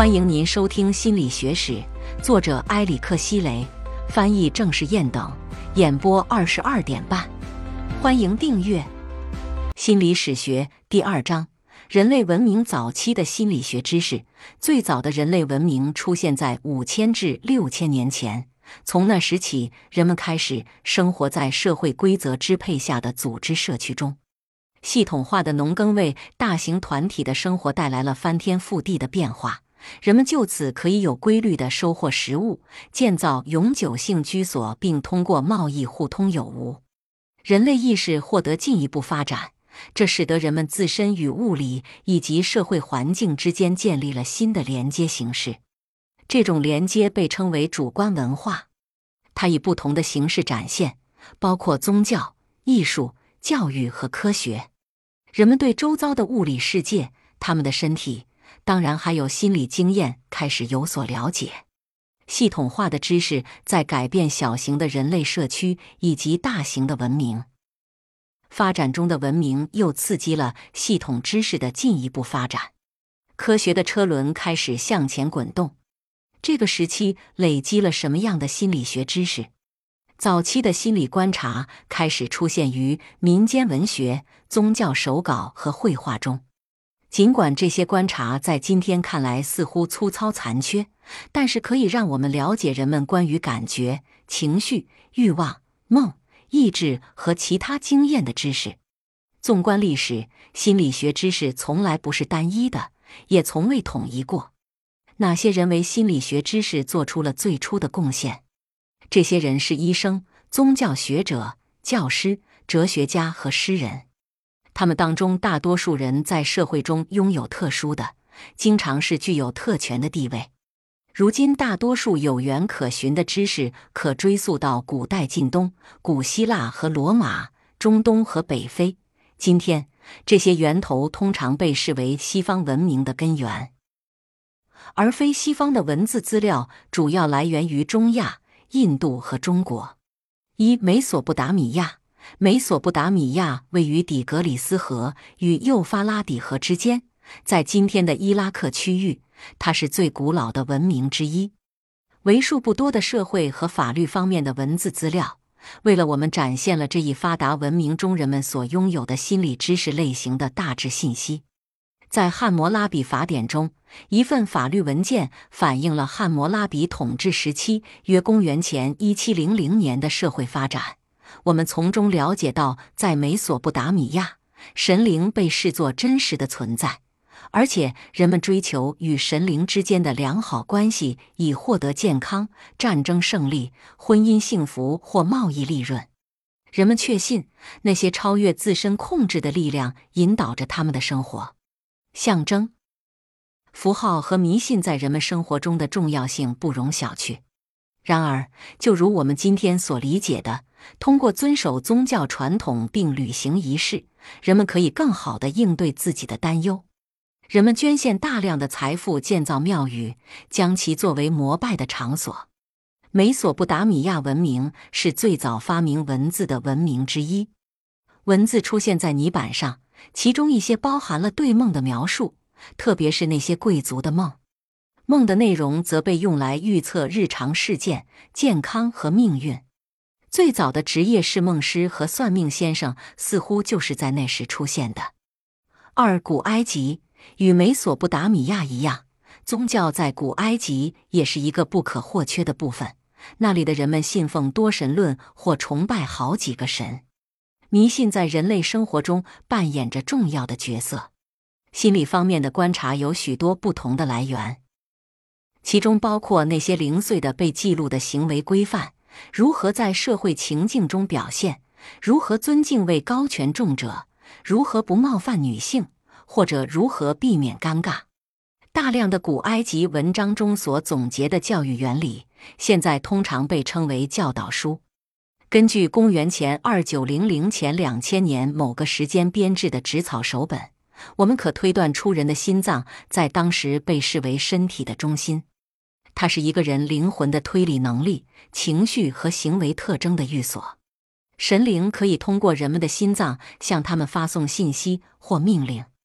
欢迎您收听心理学史，作者埃里克希雷，翻译郑世燕等，演播22:30。欢迎订阅。心理史学第2章：人类文明早期的心理学知识。最早的人类文明出现在5000至6000年前，从那时起，人们开始生活在社会规则支配下的组织社区中。系统化的农耕为大型团体的生活带来了翻天覆地的变化，人们就此可以有规律地收获食物，建造永久性居所，并通过贸易互通有无。人类意识获得进一步发展，这使得人们自身与物理以及社会环境之间建立了新的连接形式。这种连接被称为主观文化，它以不同的形式展现，包括宗教、艺术、教育和科学。人们对周遭的物理世界、他们的身体，当然还有心理经验开始有所了解。系统化的知识在改变小型的人类社区以及大型的文明。发展中的文明又刺激了系统知识的进一步发展。科学的车轮开始向前滚动。这个时期累积了什么样的心理学知识？早期的心理观察开始出现于民间文学、宗教手稿和绘画中。尽管这些观察在今天看来似乎粗糙残缺，但是可以让我们了解人们关于感觉、情绪、欲望、梦、意志和其他经验的知识。纵观历史，心理学知识从来不是单一的，也从未统一过。哪些人为心理学知识做出了最初的贡献？这些人是医生、宗教学者、教师、哲学家和诗人。他们当中大多数人在社会中拥有特殊的，经常是具有特权的地位。如今大多数有源可循的知识可追溯到古代近东、古希腊和罗马、中东和北非。今天，这些源头通常被视为西方文明的根源。而非西方的文字资料主要来源于中亚、印度和中国。美索不达米亚。美索不达米亚位于底格里斯河与幼发拉底河之间，在今天的伊拉克区域，它是最古老的文明之一。为数不多的社会和法律方面的文字资料，为了我们展现了这一发达文明中人们所拥有的心理知识类型的大致信息。在汉谟拉比法典中，一份法律文件反映了汉谟拉比统治时期约公元前1700年的社会发展。我们从中了解到，在美索不达米亚，神灵被视作真实的存在，而且人们追求与神灵之间的良好关系，以获得健康、战争胜利、婚姻幸福或贸易利润。人们确信那些超越自身控制的力量引导着他们的生活。象征、符号和迷信在人们生活中的重要性不容小觑。然而，就如我们今天所理解的，通过遵守宗教传统并履行仪式，人们可以更好地应对自己的担忧。人们捐献大量的财富建造庙宇，将其作为膜拜的场所。美索不达米亚文明是最早发明文字的文明之一。文字出现在泥板上，其中一些包含了对梦的描述，特别是那些贵族的梦。梦的内容则被用来预测日常事件、健康和命运。最早的职业是梦师和算命先生，似乎就是在那时出现的。古埃及与美索不达米亚一样，宗教在古埃及也是一个不可或缺的部分。那里的人们信奉多神论或崇拜好几个神。迷信在人类生活中扮演着重要的角色。心理方面的观察有许多不同的来源，其中包括那些零碎的被记录的行为规范，如何在社会情境中表现，如何尊敬位高权重者，如何不冒犯女性，或者如何避免尴尬。大量的古埃及文章中所总结的教育原理，现在通常被称为教导书。根据公元前2900前2000年某个时间编制的纸草手本，我们可推断出人的心脏在当时被视为身体的中心。它是一个人灵魂的推理能力、情绪和行为特征的寓所。神灵可以通过人们的心脏向他们发送信息或命令。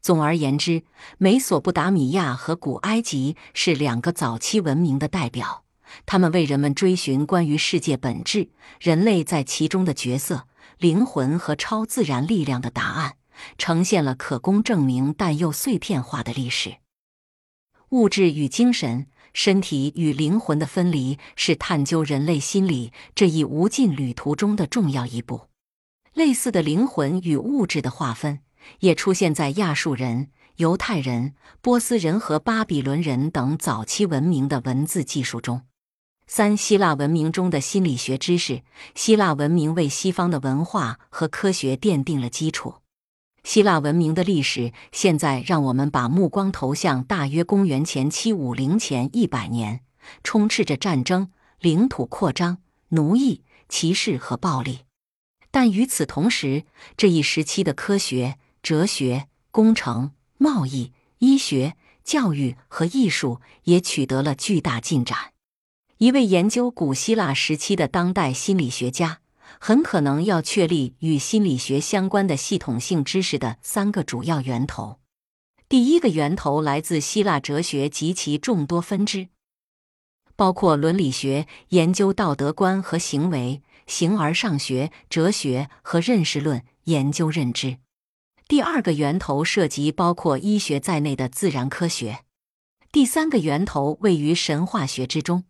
总而言之，美索不达米亚和古埃及是两个早期文明的代表，他们为人们追寻关于世界本质、人类在其中的角色、灵魂和超自然力量的答案，呈现了可供证明但又碎片化的历史。物质与精神、身体与灵魂的分离是探究人类心理这一无尽旅途中的重要一步。类似的灵魂与物质的划分也出现在亚述人、犹太人、波斯人和巴比伦人等早期文明的文字技术中。希腊文明中的心理学知识。希腊文明为西方的文化和科学奠定了基础。希腊文明的历史现在让我们把目光投向大约公元前750前100年，充斥着战争、领土扩张、奴役、歧视和暴力。但与此同时，这一时期的科学、哲学、工程、贸易、医学、教育和艺术也取得了巨大进展。一位研究古希腊时期的当代心理学家，很可能要确立与心理学相关的系统性知识的3个主要源头。第一个源头来自希腊哲学及其众多分支，包括伦理学，研究道德观和行为；形而上学、哲学和认识论，研究认知。第二个源头涉及包括医学在内的自然科学。第三个源头位于神话学之中。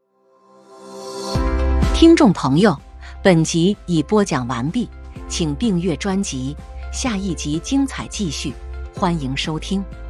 听众朋友，本集已播讲完毕，请订阅专辑，下一集精彩继续，欢迎收听。